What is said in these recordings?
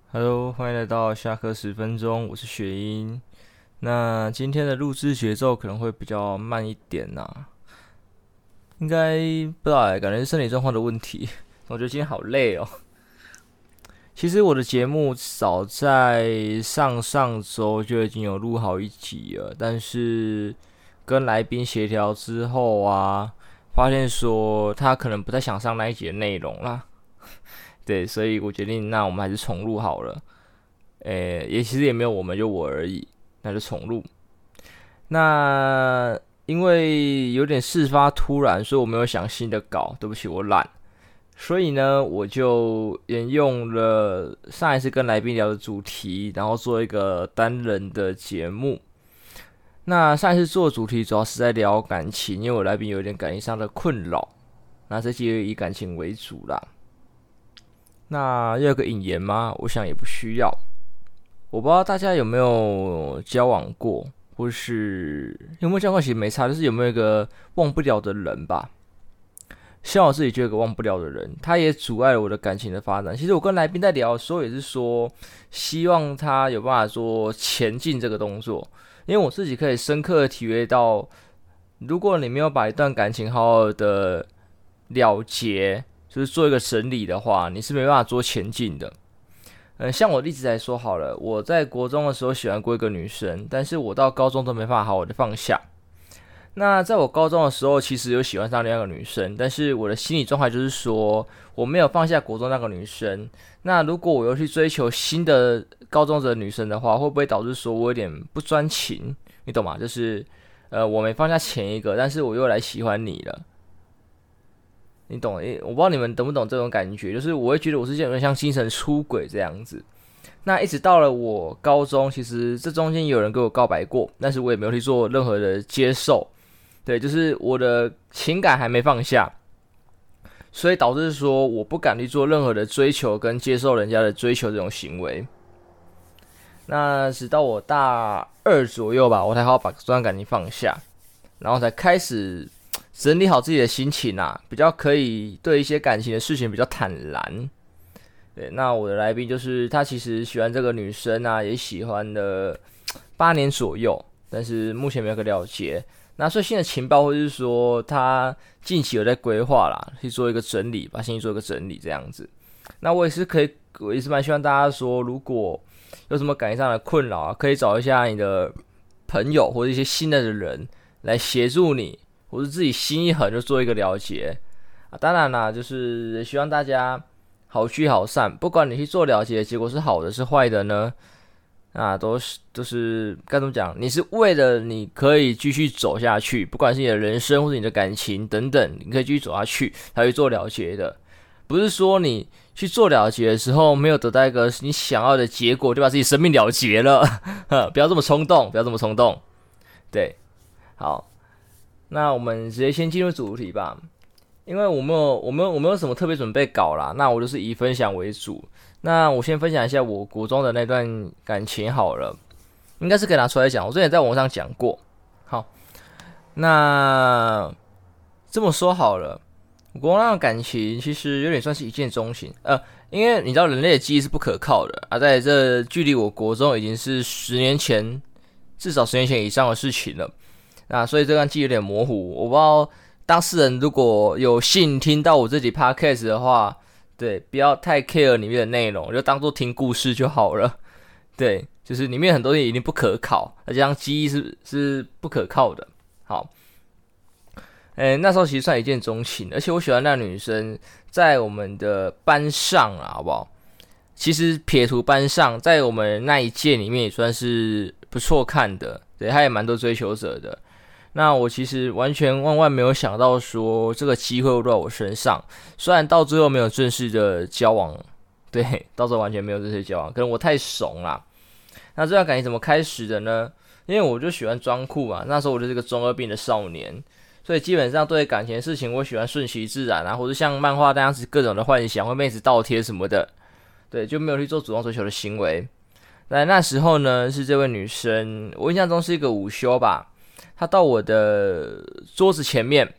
Hello，欢迎来到下课10分钟，我是雪英。那今天的录制节奏可能会比较慢一点应该不知道感觉是身体状况的问题。我觉得今天好累哦。其实我的节目早在上周就已经有录好一集了，但是跟来宾协调之后发现说他可能不太想上那一集的内容啦。对，所以我决定，那我们还是重录好了。其实也没有我们，就我而已，那就重录。那因为有点事发突然，所以我没有想新的稿，对不起，我懒。所以呢，我就沿用了上一次跟来宾聊的主题，然后做一个单人的节目。那上一次做的主题主要是在聊感情，因为我来宾有点感情上的困扰。那这期以感情为主啦。那要有个引言吗？我想也不需要。我不知道大家有没有交往过，或是有没有交往，其实没差，就是有没有一个忘不了的人吧。像我自己就有个忘不了的人，他也阻碍了我的感情的发展。其实我跟来宾在聊的时候，也是说希望他有办法做前进这个动作，因为我自己可以深刻的体会到，如果你没有把一段感情好好的了结，就是做一个整理的话，你是没办法做前进的。像我例子来说好了，我在国中的时候喜欢过一个女生，但是我到高中都没办法好好的放下。那在我高中的时候，其实有喜欢上另外一个女生，但是我的心理状态就是说，我没有放下国中那个女生。那如果我又去追求新的高中的女生的话，会不会导致说我有点不专情？你懂吗？就是我没放下前一个，但是我又来喜欢你了。你懂？我不知道你们懂不懂这种感觉，就是我会觉得我是有点像精神出轨这样子。那一直到了我高中，其实这中间有人跟我告白过，但是我也没有去做任何的接受。对，就是我的情感还没放下，所以导致说我不敢去做任何的追求跟接受人家的追求这种行为。那直到我大二左右吧，我才好好把这段感情放下，然后才开始整理好自己的心情比较可以对一些感情的事情比较坦然。对，那我的来宾就是他，其实喜欢这个女生也喜欢了8年左右，但是目前没有个了结。那最新的情报，或是说他近期有在规划啦，去做一个整理，把心情做一个整理这样子。那我也是蛮希望大家说，如果有什么感情上的困扰可以找一下你的朋友或者一些信任的人来协助你，或是自己心一横就做一个了结当然啦，就是希望大家好聚好散，不管你去做了结，结果是好的是坏的呢，都是该怎么讲？你是为了你可以继续走下去，不管是你的人生或者你的感情等等，你可以继续走下去，才会做了结的。不是说你去做了结的时候没有得到一个你想要的结果，就把自己生命了结了。不要这么冲动，不要这么冲动。对，好，那我们直接先进入主题吧。因为我没有什么特别准备稿啦，那我就是以分享为主。那我先分享一下我国中的那段感情好了，应该是可以拿出来讲。我之前在网上讲过。好，那这么说好了，我国中那段感情其实有点算是一见钟情。因为你知道人类的记忆是不可靠的在这距离我国中已经是10年前，至少10年前以上的事情了。那所以这段记忆有点模糊，我不知道当事人如果有幸听到我自己 podcast 的话，对，不要太 care 里面的内容，就当做听故事就好了。对，就是里面很多东西一定不可靠，而且记忆是不可靠的。好，那时候其实算一见钟情，而且我喜欢那女生在我们的班上好不好？其实撇除班上，在我们那一届里面也算是不错看的，对，她也蛮多追求者的。那我其实完全万万没有想到说这个机会会落在我身上，虽然到最后没有正式的交往，对，到最后完全没有正式交往，可能我太怂啦。那这段感情怎么开始的呢？因为我就喜欢装酷嘛，那时候我就是个中二病的少年，所以基本上对感情的事情我喜欢顺其自然或者像漫画那样子各种的幻想，会妹子倒贴什么的，对，就没有去做主动追求的行为。那时候呢，是这位女生，我印象中是一个午休吧。他到我的桌子前面，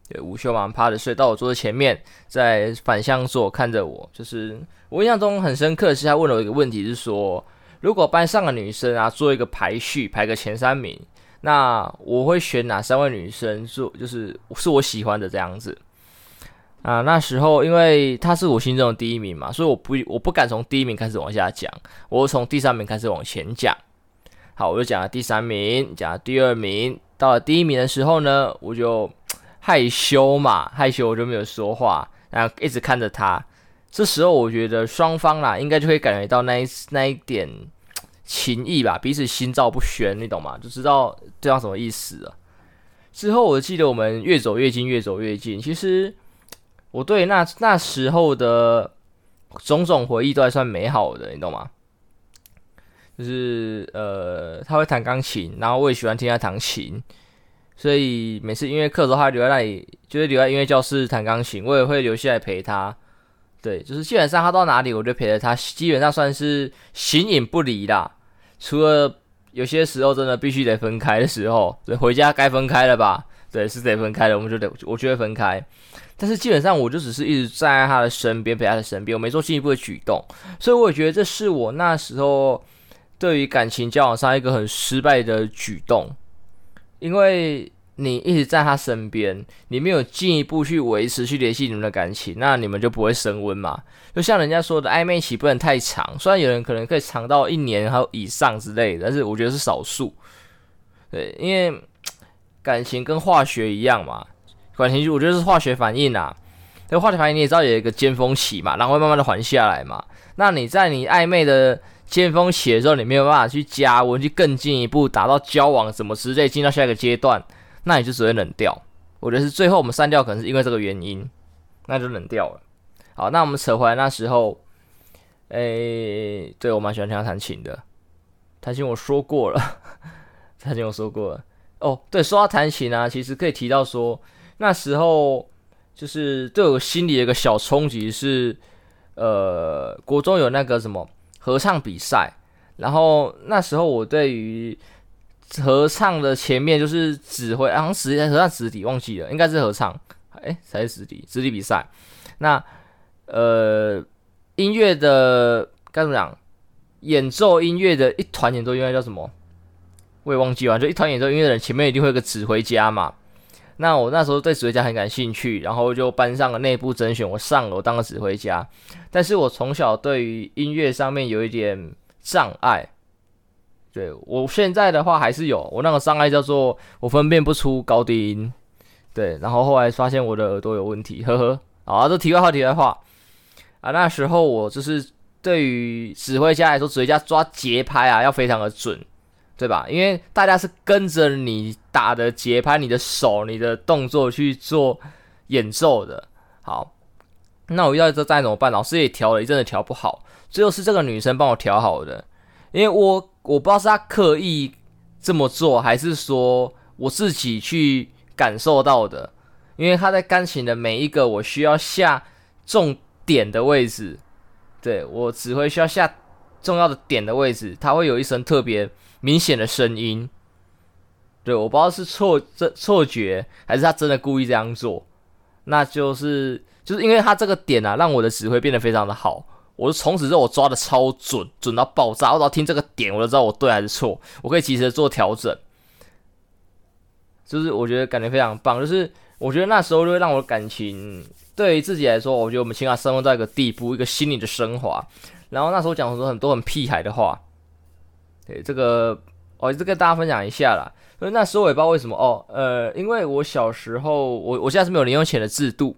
对，午休嘛，趴着睡到我桌子前面，在反向坐看着我。就是我印象中很深刻的是，他问了我一个问题，是说如果班上的女生啊做一个排序，排个前3名，那我会选哪3位女生做，就是我喜欢的这样子。啊，那时候因为她是我心中的第1名嘛，所以我不敢从第1名开始往下讲，我从第3名开始往前讲。好，我就讲了第3名，讲了第2名，到了第1名的时候呢，我就害羞嘛，害羞我就没有说话，然后一直看着他。这时候我觉得双方啦，应该就会感觉到那一点情谊吧，彼此心照不宣，你懂吗？就知道对方什么意思了。之后我记得我们越走越近，越走越近。其实我对那时候的种种回忆都还算美好的，你懂吗？就是他会弹钢琴，然后我也喜欢听他弹琴。所以每次音乐课的时候，他留在那里，就是留在音乐教室弹钢琴，我也会留下来陪他。对，就是基本上他到哪里，我就陪着他，基本上算是形影不离啦。除了有些时候真的必须得分开的时候，对，回家该分开了吧？对，是得分开了，我就会分开。但是基本上我就只是一直站在他的身边，陪他的身边，我没做进一步的举动。所以我也觉得这是我那时候对于感情交往上一个很失败的举动。因为你一直在他身边，你没有进一步去维持、去联系你们的感情，那你们就不会升温嘛。就像人家说的，暧昧期不能太长，虽然有人可能可以长到1年还有以上之类的，但是我觉得是少数。对，因为感情跟化学一样嘛，感情我觉得是化学反应啊。这个化学反应你也知道有一个尖峰期嘛，然后会慢慢的缓下来嘛。那你在你暧昧的尖峰期的时候，你没有办法去加温，去更进一步达到交往什么之类，进到下一个阶段，那你就只会冷掉。我觉得是最后我们散掉，可能是因为这个原因，那就冷掉了。好，那我们扯回来那时候，对，我蛮喜欢听他弹琴的，弹琴我说过了，弹琴我说过了。哦，对，说到弹琴啊，其实可以提到说，那时候就是对我心里有一个小冲击是，国中有那个什么合唱比赛，然后那时候我对于合唱的前面就是指挥，好像合唱直笛忘记了，应该是合唱，才是直笛比赛。那音乐的该怎么讲？演奏音乐的一团演奏音乐叫什么？我也忘记了，就一团演奏音乐的人前面一定会有个指挥家嘛。那我那时候对指挥家很感兴趣，然后就班上了内部甄选，我上了，我当了指挥家。但是我从小对于音乐上面有一点障碍，对，我现在的话还是有，我那个障碍叫做我分辨不出高低音，对，然后后来发现我的耳朵有问题，呵呵。好，这题外话啊，那时候我就是对于指挥家来说，指挥家抓节拍啊要非常的准。对吧？因为大家是跟着你打的节拍、你的手、你的动作去做演奏的。好，那我遇到这障碍怎么办？老师也调了一阵子，调不好，最后是这个女生帮我调好的。因为我不知道是她刻意这么做，还是说我自己去感受到的。因为她在钢琴的每一个我需要下重点的位置，对，我指挥需要下重要的点的位置，它会有一声特别明显的声音。对，我不知道是错觉还是他真的故意这样做。那就是因为他这个点啊，让我的指挥变得非常的好。我从此之后我抓的超准，准到爆炸。我只要听这个点，我就知道我对还是错，我可以及时的做调整。就是我觉得感觉非常棒，就是我觉得那时候就会让我的感情对于自己来说，我觉得我们情感升温到一个地步，一个心理的升华。然后那时候讲很多很屁孩的话，对这个这跟大家分享一下啦。那时候我也不知道为什么因为我小时候我现在是没有零用钱的制度。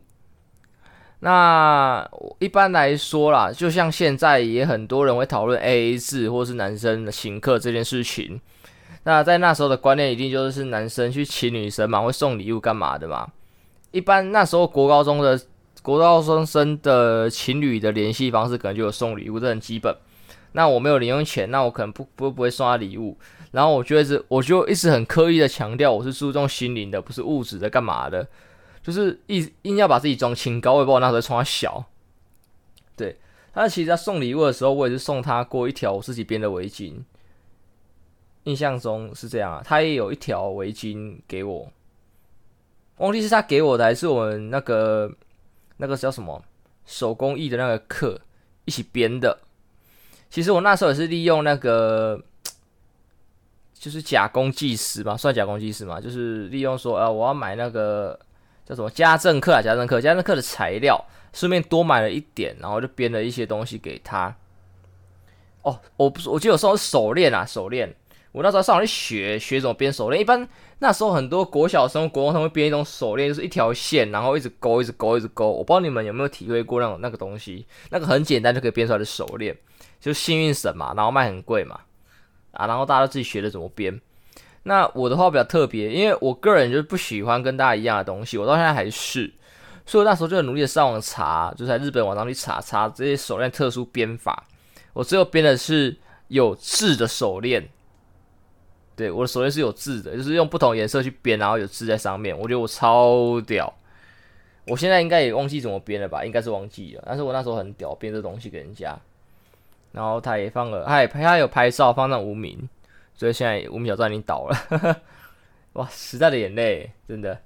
那一般来说啦，就像现在也很多人会讨论 AA 制或是男生的请客这件事情。那在那时候的观念一定就是男生去请女生嘛，会送礼物干嘛的嘛。一般那时候国高中生的情侣的联系方式可能就有送礼物，这很基本。那我没有零用钱，那我可能不会送他礼物。然后我就一直很刻意的强调，我是注重心灵的，不是物质的，干嘛的？就是硬要把自己装清高。我也不知道我那时候冲他小。对，他其实在送礼物的时候，我也是送他过一条我自己编的围巾。印象中是这样啊，他也有一条围巾给我。 忘记是他给我的还是我们那个叫什么手工艺的那个课一起编的。其实我那时候也是利用那个就是假公济私嘛，算假公济私嘛，就是利用说我要买那个叫什么家政课的材料，顺便多买了一点，然后就编了一些东西给他。哦，我记得有时候是手链，我那时候上网去学怎么编手链。一般那时候很多国小生、国中生会编一种手链，就是一条线，然后一直勾。我不知道你们有没有体会过那个东西，那个很简单就可以编出来的手链，就幸运绳嘛，然后卖很贵嘛，然后大家都自己学的怎么编。那我的话比较特别，因为我个人就是不喜欢跟大家一样的东西，我到现在还是，所以我那时候就很努力的上网查，就是在日本网上去查这些手链特殊编法。我最后编的是有字的手链，对，我的手链是有字的，就是用不同颜色去编，然后有字在上面。我觉得我超屌，我现在应该也忘记怎么编了吧，应该是忘记了。但是我那时候很屌，编这东西给人家，然后他也放了，他有拍照放上无名，所以现在无名小站已经倒了。哇，时代的眼泪，真的，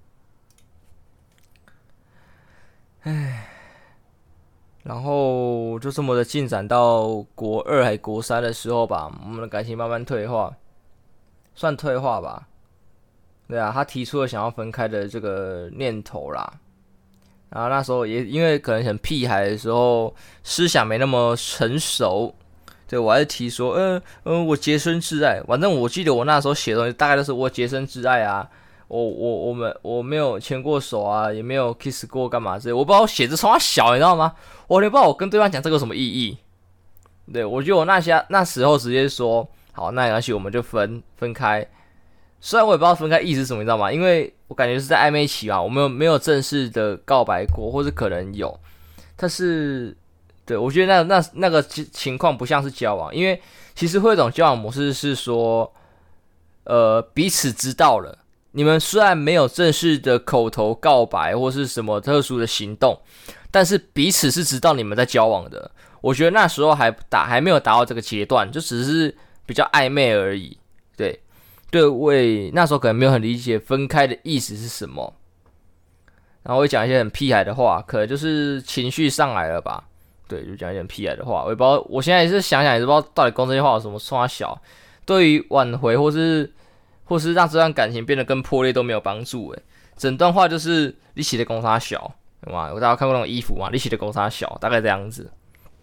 唉。然后就这么的进展到国2还国3的时候吧，我们的感情慢慢退化，算退化吧。对啊，他提出了想要分开的这个念头啦。然后那时候也因为可能很屁孩的时候，思想没那么成熟，对我还是提说，我洁身自爱。反正我记得我那时候写的东西大概都是我洁身自爱啊。我没有牵过手啊，也没有 kiss 过干嘛之类，我不知道我写字从他小，你知道吗？我也不知道我跟对方讲这个有什么意义。对，我觉得我那时候直接说好，那没关系，我们就分开。虽然我也不知道分开意思是什么，你知道吗？因为我感觉是在暧昧期嘛，我们没有正式的告白过，或是可能有，但是对我觉得那个情况不像是交往，因为其实会有一种交往模式是说，彼此知道了。你们虽然没有正式的口头告白或是什么特殊的行动，但是彼此是知道你们在交往的。我觉得那时候还没有达到这个阶段，就只是比较暧昧而已。对，那时候可能没有很理解分开的意思是什么，然后会讲一些很屁孩的话，可能就是情绪上来了吧。对，就讲一些很屁孩的话，我也不知道，我现在也是想也是不知道到底讲这些话有什么冲他小，对于挽回或是让这段感情变得更破裂都没有帮助整段话就是你写的公差小，对吗？大家看过那种衣服嘛？你写的公差小，大概这样子。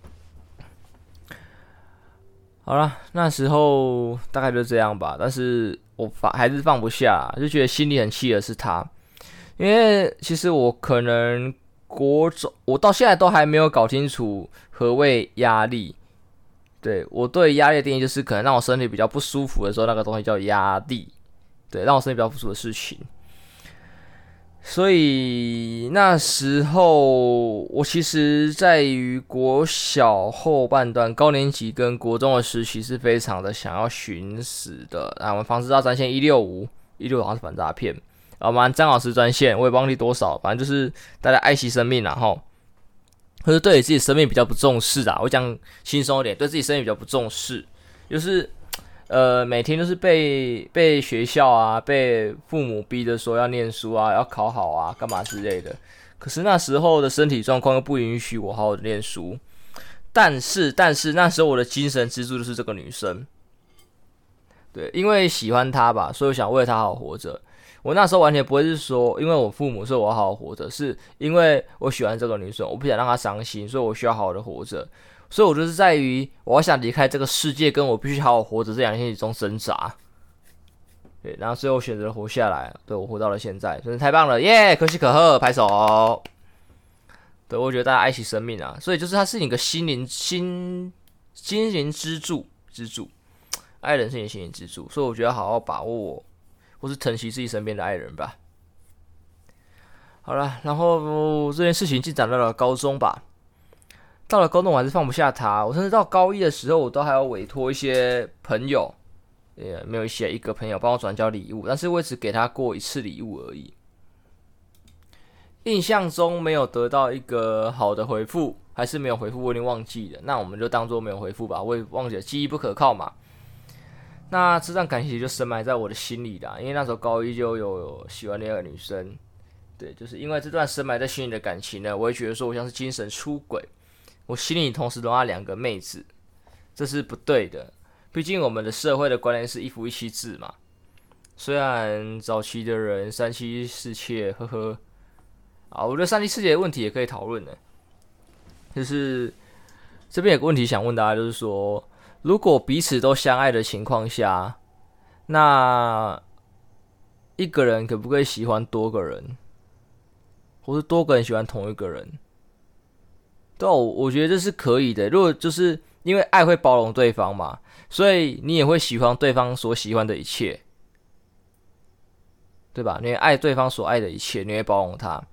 好啦，那时候大概就这样吧。但是我还是放不下，就觉得心里很气的是他，因为其实我可能我到现在都还没有搞清楚何谓压力。对，我对压力的定义就是可能让我身体比较不舒服的时候，那个东西叫压力。对，让我身体比较不舒服的事情。所以那时候我其实在于国小后半段高年级跟国中的时期是非常的想要寻死的。我们防治大专线165好像是反诈骗，我们张老师专线我也忘记多少，反正就是大家爱惜生命然后或者对自己生命比较不重视我讲轻松一点，对自己生命比较不重视，就是每天都是被学校啊，被父母逼着说要念书啊，要考好啊，干嘛之类的。可是那时候的身体状况又不允许我好好的念书。但是那时候我的精神支柱就是这个女生。对，因为喜欢她吧，所以我想为她好好活着。我那时候完全不会是说，因为我父母说我要好好活着，是因为我喜欢这个女生，我不想让她伤心，所以我需要好好的活着。所以我就是在于我想离开这个世界，跟我必须好好活着这两件事中挣扎。对，然后最后选择活下来，对，我活到了现在，真的太棒了，耶！可喜可贺，拍手。对，我觉得大家爱惜生命啊，所以就是它是你的心灵支柱，爱人是你的心灵支柱，所以我觉得好好把握我，或是疼惜自己身边的爱人吧。好了，然后这件事情进展到了高中吧。到了高中我还是放不下他，我甚至到高一的时候，我都还要委托一些朋友，也没有一个朋友帮我转交礼物，但是我只给他过一次礼物而已。印象中没有得到一个好的回复，还是没有回复，我已经忘记了。那我们就当作没有回复吧，我也忘记了，记忆不可靠嘛。 那这段感情就深埋在我的心里啦，因为那时候高一就有喜欢另外一个女生，对，就是因为这段深埋在心里的感情呢，我会觉得说我像是精神出轨，我心里同时容纳2个妹子，这是不对的。毕竟我们的社会的观念是一夫一妻制嘛。虽然早期的人三妻四妾，呵呵，啊，我觉得三妻四妾的问题也可以讨论的。就是这边有个问题想问大家，就是说，如果彼此都相爱的情况下，那一个人可不可以喜欢多个人，或是多个人喜欢同一个人？对，我觉得这是可以的。如果就是因为爱会包容对方嘛，所以你也会喜欢对方所喜欢的一切，对吧？你会爱对方所爱的一切，你会包容他。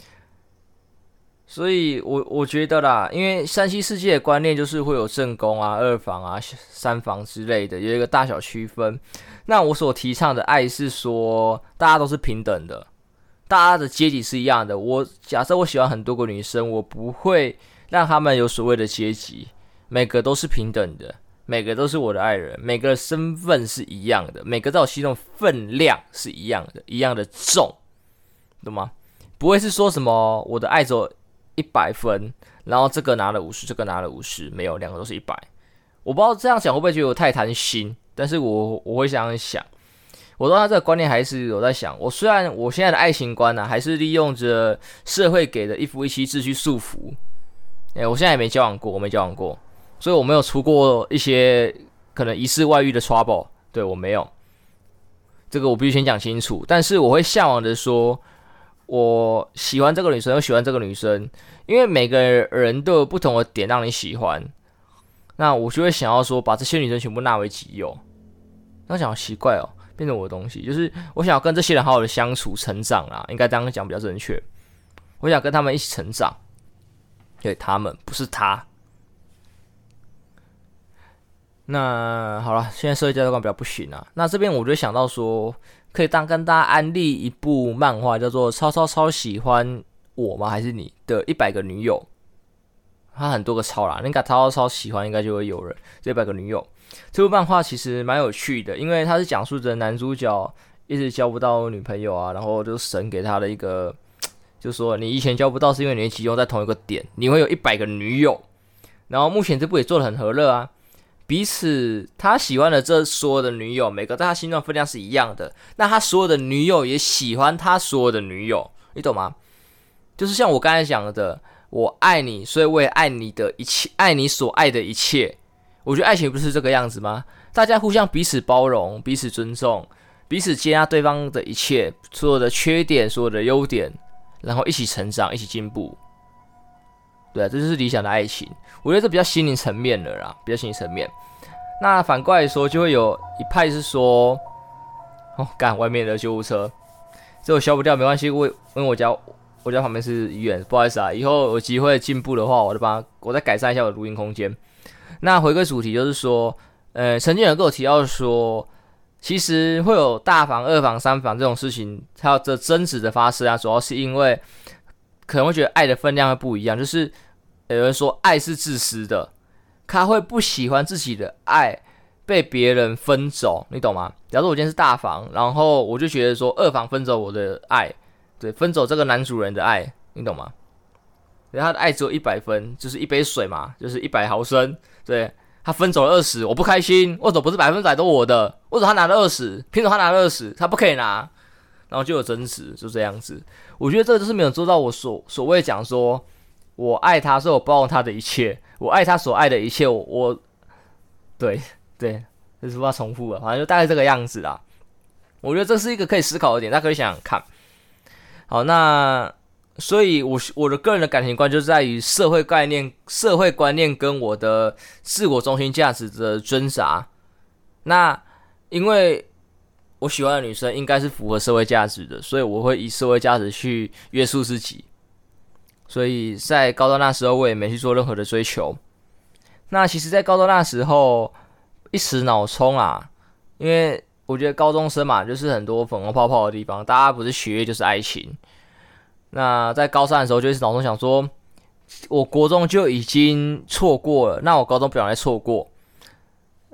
所以我觉得啦，因为三妻四妾的观念就是会有正宫啊、二房啊、三房之类的，有一个大小区分。那我所提倡的爱是说，大家都是平等的，大家的阶级是一样的。假设我喜欢很多个女生，我不会让他们有所谓的阶级，每个都是平等的，每个都是我的爱人，每个的身份是一样的，每个在我心中分量是一样的，一样的重，懂吗？不会是说什么我的爱只有100分，然后这个拿了50，这个拿了50，没有，2个都是100。我不知道这样讲会不会觉得我太贪心，但是我会这样想。我对他这个观念还是有在想。虽然我现在的爱情观呢、还是利用着社会给的一夫一妻制去束缚。我现在也没交往过，我没交往过，所以我没有出过一些可能疑似外遇的 trouble。对，我没有，这个我必须先讲清楚。但是我会向往的说，我喜欢这个女生，又喜欢这个女生，因为每个人都有不同的点让你喜欢，那我就会想要说，把这些女生全部纳为己有。那讲好奇怪哦，变成我的东西，就是我想要跟这些人好好的相处、成长啦，应该这样讲比较正确。我想跟他们一起成长，对，他们不是他。那好了，现在社会价值观比较不行啊。那这边我就想到说，可以跟大家安利一部漫画，叫做《超超超喜欢我吗？还是你的100个女友》。它很多个超啦，你敢超超超喜欢，应该就会有人这100个女友。这部漫画其实蛮有趣的，因为它是讲述着男主角一直交不到女朋友啊，然后就神给他的一个，就说你以前交不到是因为你集中在同一个点，你会有100个女友。然后目前这部也做得很和乐啊。彼此他喜欢的这所有的女友，每个在他心中分量是一样的。那他所有的女友也喜欢他所有的女友，你懂吗？就是像我刚才讲的，我爱你，所以我也爱你的一切，爱你所爱的一切。我觉得爱情不是这个样子吗？大家互相彼此包容，彼此尊重，彼此接纳对方的一切，所有的缺点，所有的优点，然后一起成长，一起进步。对啊，这就是理想的爱情。我觉得这比较心灵层面的啦，比较心灵层面。那反过来说，就会有一派是说，干外面的救护车，这我消不掉没关系，因为我家旁边是医院，不好意思啊，以后有机会进步的话，我再改善一下我的录音空间。那回归主题，就是说，曾经有人跟我提到说，其实会有大房、二房、三房这种事情，还有这争执的发生啊，主要是因为可能会觉得爱的分量会不一样，就是有人说爱是自私的，他会不喜欢自己的爱被别人分走，你懂吗？假如我今天是大房，然后我就觉得说二房分走我的爱，对，分走这个男主人的爱，你懂吗？对，他的爱只有100分，就是一杯水嘛，就是100毫升，对，他分走了20，我不开心，为什么不是100%都我的？为什么他拿了20？凭什么他拿了20？他不可以拿？然后就有争执，就这样子。我觉得这个就是没有做到我所谓讲说，我爱他，所以我包容他的一切，我爱他所爱的一切，对，就是不要重复了，反正就大概这个样子啦。我觉得这是一个可以思考的点，大家可以想想看。好，那所以我的个人的感情观就在于社会观念跟我的自我中心价值的挣扎。那因为我喜欢的女生应该是符合社会价值的，所以我会以社会价值去约束自己。所以在高中那时候，我也没去做任何的追求。那其实，在高中那时候一时脑冲啊，因为我觉得高中生嘛，就是很多粉红泡泡的地方，大家不是学业就是爱情。那在高三的时候，就一直脑中想说，我国中就已经错过了，那我高中不想再错过。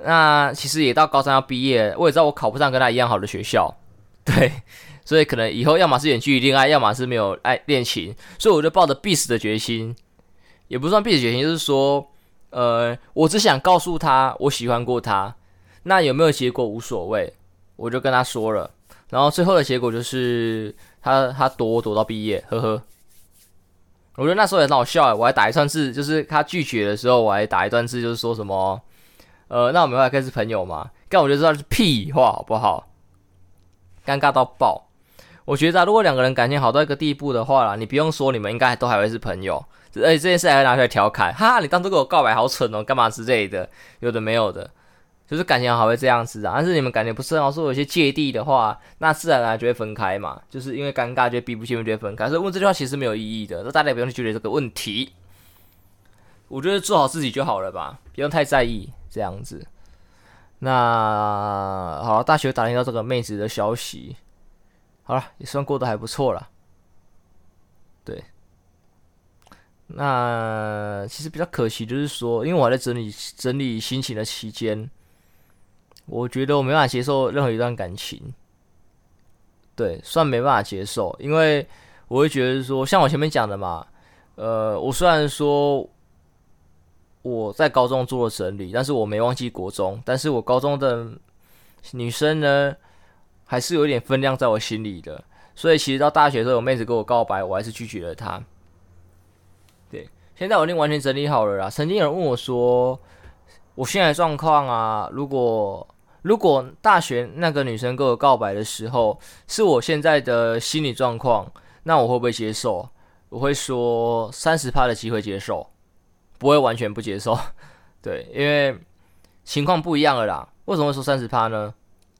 那其实也到高三要毕业，我也知道我考不上跟他一样好的学校，对，所以可能以后要么是远距离恋爱，要么是没有爱恋情，所以我就抱着必死的决心，也不算必死决心，就是说，我只想告诉他我喜欢过他，那有没有结果无所谓，我就跟他说了，然后最后的结果就是他躲到毕业，呵呵。我觉得那时候也很好笑，我还打一串字，就是他拒绝的时候，我还打一段字，就是说什么，那我们还可以是朋友吗？但我就知道是屁话，好不好？尴尬到爆。我觉得如果两个人感情好到一个地步的话啦，你不用说，你们应该都还会是朋友。而且这件事还会拿出来调侃，哈，你当初跟我告白好蠢哦，干嘛之类的，有的没有的。就是感情好会这样子啊，但是你们感情不是很好，说有些芥蒂的话，那自然而然就会分开嘛，就是因为尴尬就会逼不见面就会分开，所以问这句话其实没有意义的，那大家也不用去纠结这个问题。我觉得做好自己就好了吧，不用太在意这样子。那好了，大学打听到这个妹子的消息，好了，也算过得还不错了。对，那其实比较可惜就是说，因为我还在整理心情的期间。我觉得我没办法接受任何一段感情，对，算没办法接受，因为我会觉得说，像我前面讲的嘛，我虽然说我在高中做了整理，但是我没忘记国中，但是我高中的女生呢，还是有一点分量在我心里的，所以其实到大学的时候，有妹子跟我告白，我还是拒绝了她。对，现在我已经完全整理好了啦。曾经有人问我说，我现在的状况啊，如果大学那个女生跟我告白的时候是我现在的心理状况，那我会不会接受？我会说30%的机会接受，不会完全不接受。对，因为情况不一样了啦。为什么会说30%呢？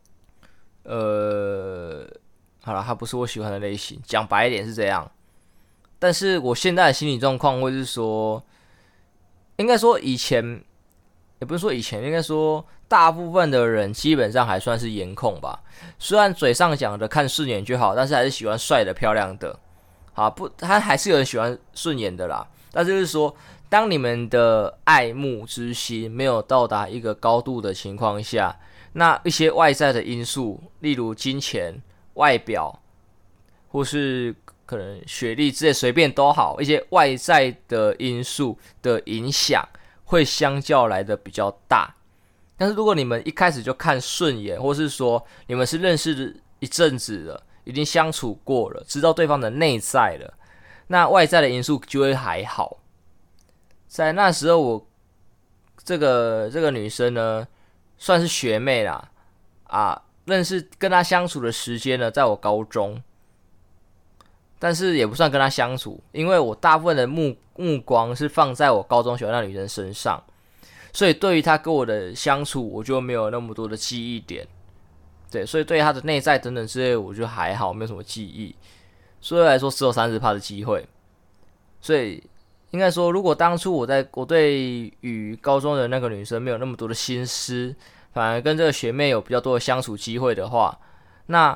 好了，它不是我喜欢的类型，讲白一点是这样。但是我现在的心理状况会是说，应该说以前，也不是说以前，应该说大部分的人基本上还算是颜控吧。虽然嘴上讲的看顺眼就好，但是还是喜欢帅的、漂亮的。好，不，他还是有人喜欢顺眼的啦。但是就是说，当你们的爱慕之心没有到达一个高度的情况下，那一些外在的因素，例如金钱、外表，或是可能学历之类，随便都好，一些外在的因素的影响会相较来的比较大。但是如果你们一开始就看顺眼，或是说你们是认识一阵子了，已经相处过了，知道对方的内在了，那外在的因素就会还好。在那时候我这个女生呢，算是学妹啦，认识跟她相处的时间呢，在我高中，但是也不算跟她相处，因为我大部分的目光是放在我高中喜欢那女生身上，所以对于她跟我的相处，我就没有那么多的记忆点。对，所以对她的内在等等之类，我就还好，没有什么记忆。所以来说，只有30%的机会。所以应该说，如果当初我对于高中的那个女生没有那么多的心思，反而跟这个学妹有比较多的相处机会的话，那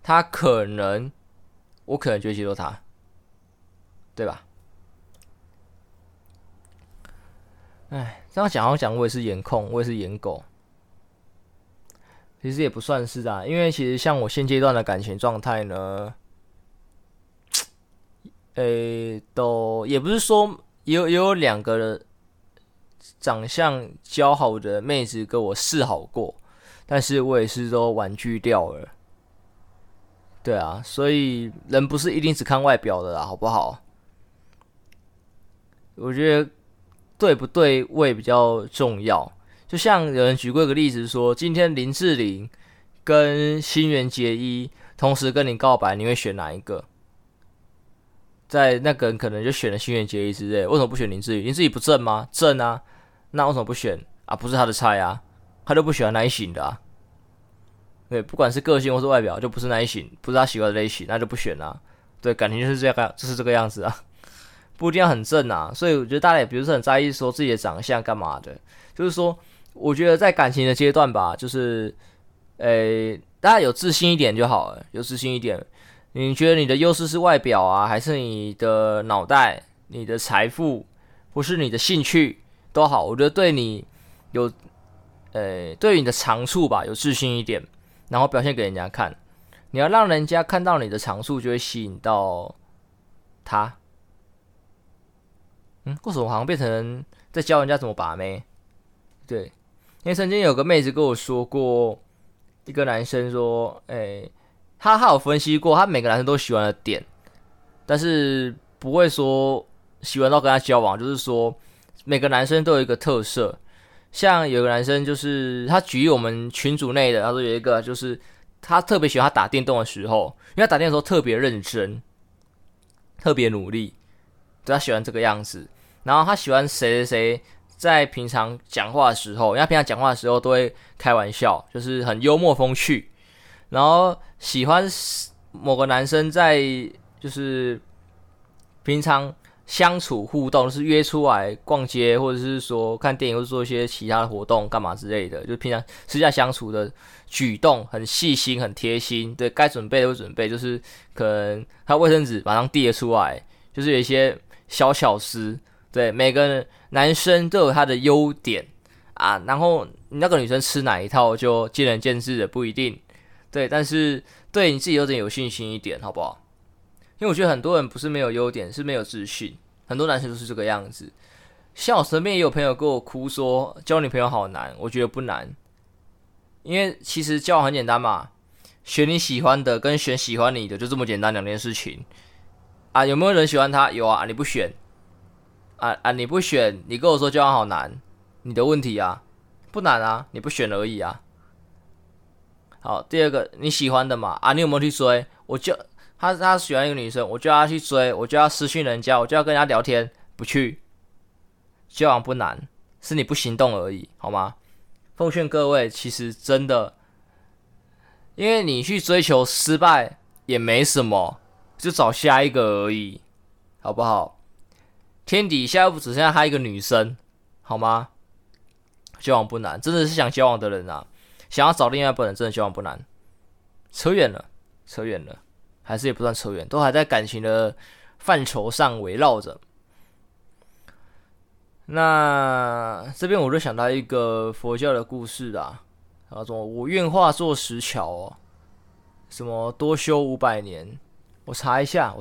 我可能就会接受她，对吧？这样讲好像讲我也是颜控，我也是颜狗，其实也不算是啊，因为其实像我现阶段的感情状态呢，也不是说也有2个长相姣好的妹子跟我示好过，但是我也是都婉拒掉了。对啊，所以人不是一定只看外表的啦，好不好？我觉得对不对位比较重要。就像有人举过一个例子说，今天林志玲跟新垣结衣同时跟你告白，你会选哪一个？在那个人可能就选了新垣结衣之类，为什么不选林志玲？林志玲不正吗？正啊，那为什么不选啊？不是他的菜啊，他就不喜欢那一型的啊。对，不管是个性或是外表，就不是那一型，不是他喜欢的类型，那就不选啊。对，感情就是这个样子啊，不一定要很正啊。所以我觉得大家也不是很在意说自己的长相干嘛的，就是说，我觉得在感情的阶段吧，就是大家有自信一点就好了，有自信一点。你觉得你的优势是外表啊，还是你的脑袋、你的财富，或是你的兴趣都好？我觉得对你有对于你的长处吧有自信一点，然后表现给人家看。你要让人家看到你的长处，就会吸引到他。为什么好像变成在教人家怎么把妹？对，因为曾经有个妹子跟我说过，一个男生说，他有分析过，他每个男生都喜欢的点，但是不会说喜欢到跟他交往，就是说每个男生都有一个特色。像有个男生就是他举我们群组内的，他说有一个就是他特别喜欢他打电动的时候，因为他打电动的时候特别认真，特别努力，对，他喜欢这个样子。然后他喜欢谁谁谁在平常讲话的时候，因为他平常讲话的时候都会开玩笑，就是很幽默风趣。然后喜欢某个男生在就是平常相处互动，就是约出来逛街，或者是说看电影，或者做一些其他的活动，干嘛之类的，就平常私下相处的举动很细心、很贴心，对该准备的会准备，就是可能他卫生纸马上递了出来，就是有一些小巧思。对，每个男生都有他的优点啊，然后那个女生吃哪一套就见仁见智的，不一定。对，但是对你自己有点有信心一点，好不好？因为我觉得很多人不是没有优点，是没有自信。很多男生都是这个样子。像我身边也有朋友跟我哭说，交女朋友好难，我觉得不难，因为其实交往很简单嘛，选你喜欢的跟选喜欢你的就这么简单两件事情啊。有没有人喜欢他？有啊，你不选你不选，你跟我说交往好难，你的问题啊，不难啊，你不选而已啊。好，第二个你喜欢的嘛你有没有去追？他喜欢一个女生，我就要他去追，我就要私讯人家，我就要跟人家聊天，不去。交往不难，是你不行动而已，好吗？奉劝各位，其实真的，因为你去追求失败也没什么，就找下一个而已，好不好？天底下又不只剩下他一个女生，好吗？交往不难，真的是想交往的人啊，想要找另外一半人，真的交往不难。扯远了，还是也不算扯远，都还在感情的范畴上围绕着。那这边我就想到一个佛教的故事啦，叫做我愿化作石桥哦，什么多修500年，我查一下。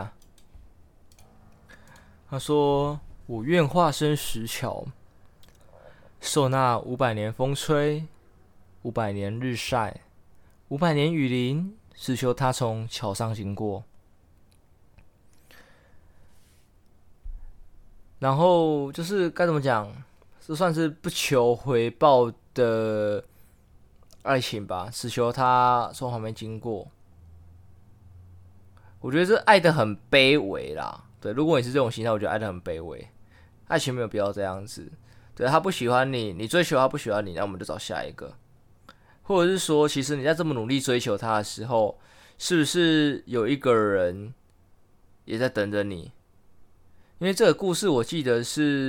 他说我愿化身石桥，受那500年风吹，500年日晒，500年雨淋，只求他从桥上经过。然后就是该怎么讲，这算是不求回报的爱情吧，只求他从旁边经过。我觉得这爱得很卑微啦。对，如果你是这种心态，我觉得爱得很卑微。爱情没有必要这样子。对，他不喜欢你，你追求他不喜欢你，那我们就找下一个。或者是说，其实你在这么努力追求他的时候，是不是有一个人也在等着你？因为这个故事我记得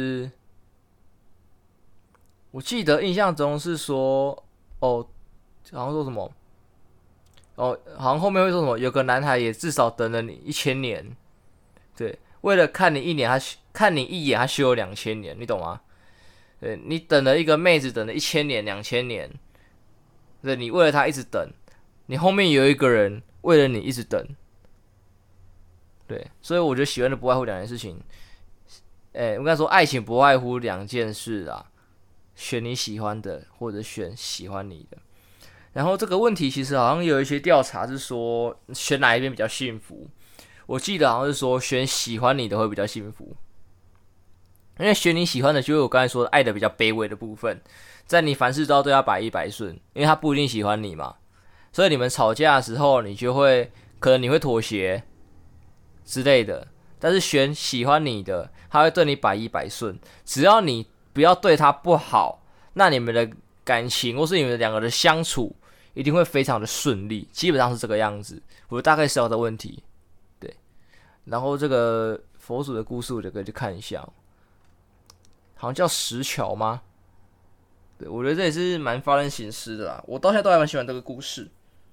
印象中是说，好像说什么，好像后面会说什么，有个男孩也至少等了你1000年，对，为了看你一眼，他修了2000年，你懂吗？对，你等了一个妹子，等了1000年、2000年，对，你为了她一直等，你后面有一个人为了你一直等，对，所以我觉得喜欢的不外乎两件事情。我跟他说，爱情不外乎2件事啊，选你喜欢的，或者选喜欢你的。然后这个问题其实好像有一些调查是说，选哪一边比较幸福？我记得好像是说选喜欢你的会比较幸福，因为选你喜欢的，就是我刚才说的爱的比较卑微的部分，在你凡事都要对他百依百顺，因为他不一定喜欢你嘛，所以你们吵架的时候，可能你会妥协之类的。但是选喜欢你的，他会对你百依百顺，只要你不要对他不好，那你们的感情或是你们两个的相处一定会非常的顺利，基本上是这个样子。我大概知道的问题，对。然后这个佛祖的故事，我就可以去看一下，好像叫石桥吗？对，我觉得这也是蛮发人省思的啦。我到现在都还蛮喜欢这个故事。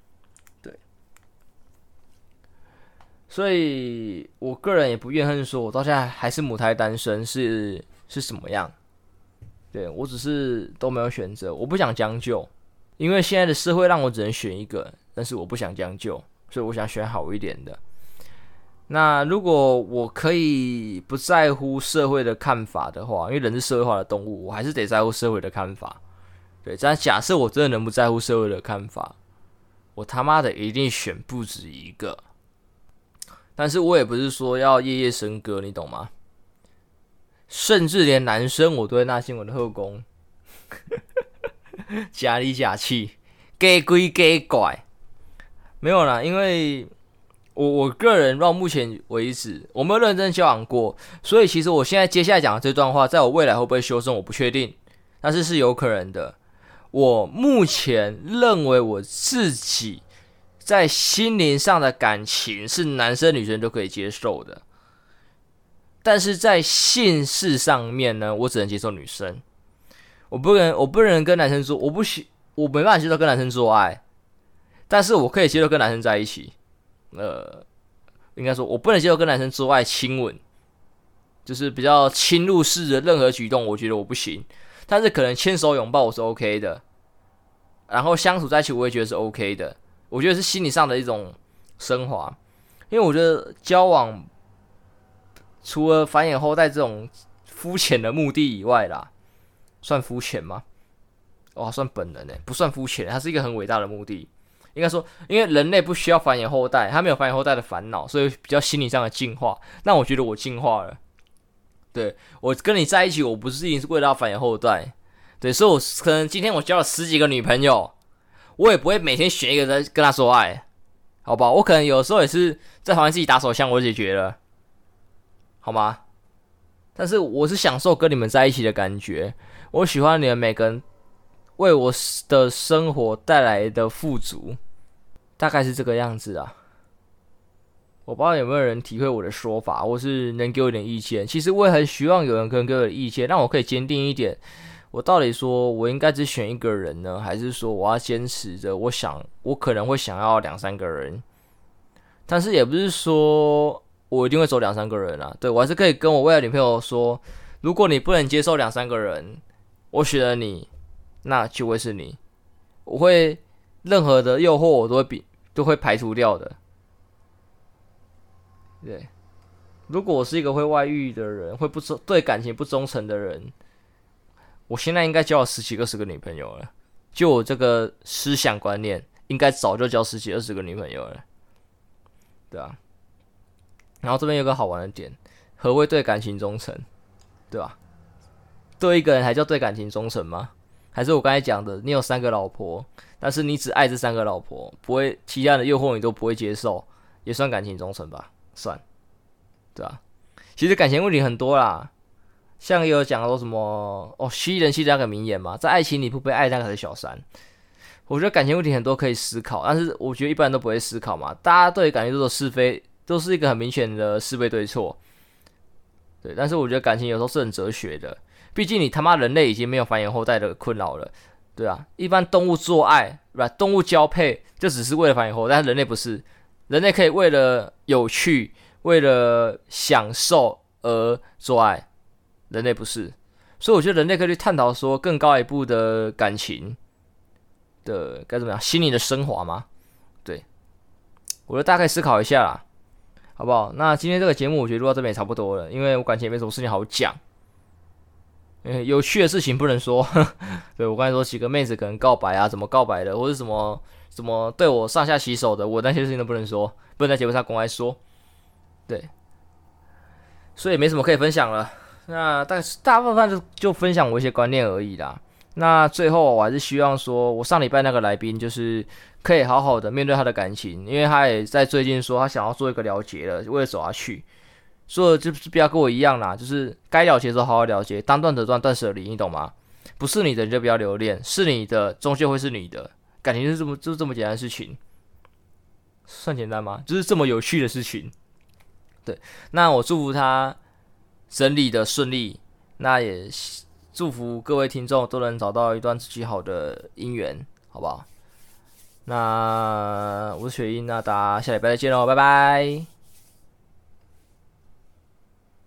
所以我个人也不怨恨说，我到现在还是母胎单身是什么样？ 对，我只是都没有选择，我不想将就，因为现在的社会让我只能选一个，但是我不想将就，所以我想选好一点的。那如果我可以不在乎社会的看法的话，因为人是社会化的动物，我还是得在乎社会的看法。对，但假设我真的能不在乎社会的看法，我他妈的一定选不止一个。但是我也不是说要夜夜笙歌，你懂吗？甚至连男生我都会纳进我的后宫，假里假气，假鬼假怪，没有啦，因为我个人到目前为止我没有认真交往过，所以其实我现在接下来讲的这段话，在我未来会不会修正，我不确定，但是是有可能的。我目前认为我自己在心灵上的感情是男生女生都可以接受的，但是在性事上面呢，我只能接受女生。我不能跟男生做，我没办法接受跟男生做爱，但是我可以接受跟男生在一起。应该说，我不能接受跟男生做爱亲吻，就是比较侵入式的任何举动，我觉得我不行。但是可能牵手拥抱我是 OK 的，然后相处在一起我也觉得是 OK 的。我觉得是心理上的一种升华，因为我觉得交往除了繁衍后代这种肤浅的目的以外啦，算肤浅吗？算本能不算肤浅，它是一个很伟大的目的。应该说，因为人类不需要繁衍后代，他没有繁衍后代的烦恼，所以比较心理上的进化。那我觉得我进化了。对，我跟你在一起，我不是一定是为了要繁衍后代。对，所以我可能今天我交了10几个女朋友，我也不会每天选一个在跟她说爱，好吧？我可能有时候也是在旁边自己打手枪，我就解决了，好吗？但是我是享受跟你们在一起的感觉，我喜欢你们每个人为我的生活带来的富足，大概是这个样子啊。我不知道有没有人体会我的说法，或是能给我一点意见。其实我也很希望有人可以给我的意见，让我可以坚定一点。我到底说我应该只选一个人呢，还是说我要坚持着？我可能会想要2、3个人，但是也不是说我一定会走2、3个人啊。对，我还是可以跟我未来女朋友说，如果你不能接受2、3个人，我选了你，那就会是你。我会任何的诱惑我都会排除掉的。对，如果我是一个会外遇的人，对感情不忠诚的人，我现在应该交了10几20个女朋友了。就我这个思想观念，应该早就交10几20个女朋友了。对啊，然后这边有个好玩的点，何谓对感情忠诚？对吧？对一个人还叫对感情忠诚吗？还是我刚才讲的，你有3个老婆，但是你只爱这3个老婆，不会其他的诱惑你都不会接受，也算感情忠诚吧？算，对啊。其实感情问题很多啦，像也有讲说什么吸人气的那个名言嘛，在爱情里不被爱那个是小三。我觉得感情问题很多可以思考，但是我觉得一般人都不会思考嘛。大家对感情都是是非，都是一个很明显的是非对错。对，但是我觉得感情有时候是很哲学的，毕竟你他妈人类已经没有繁衍后代的困扰了，对啊。一般动物做爱，动物交配就只是为了繁衍后代，但是人类不是。人类可以为了有趣、为了享受而做爱，人类不是。所以我觉得人类可以去探讨说更高一步的感情的该怎么样，心理的升华吗？对，我觉得大概思考一下啦，好不好？那今天这个节目我觉得录到这边也差不多了，因为我感觉也没什么事情好讲。有趣的事情不能说，对，我刚才说几个妹子可能告白啊，怎么告白的，或是什么对我上下其手的，我那些事情都不能说，不能在节目上公开说，对，所以没什么可以分享了。那大部分就分享我一些观念而已啦。那最后我还是希望说，我上礼拜那个来宾就是可以好好的面对他的感情，因为他也在最近说他想要做一个了结了，为了走下去。说的就是不要跟我一样啦，就是该了结的时候好好了结，当断则断，断舍离，你懂吗？不是你的你就不要留恋，是你的终究会是你的。感情就是这么简单的事情，算简单吗？就是这么有趣的事情。对，那我祝福他整理的顺利，那也祝福各位听众都能找到一段自己好的姻缘，好不好？那我是雪英，那大家下礼拜再见喽，拜拜。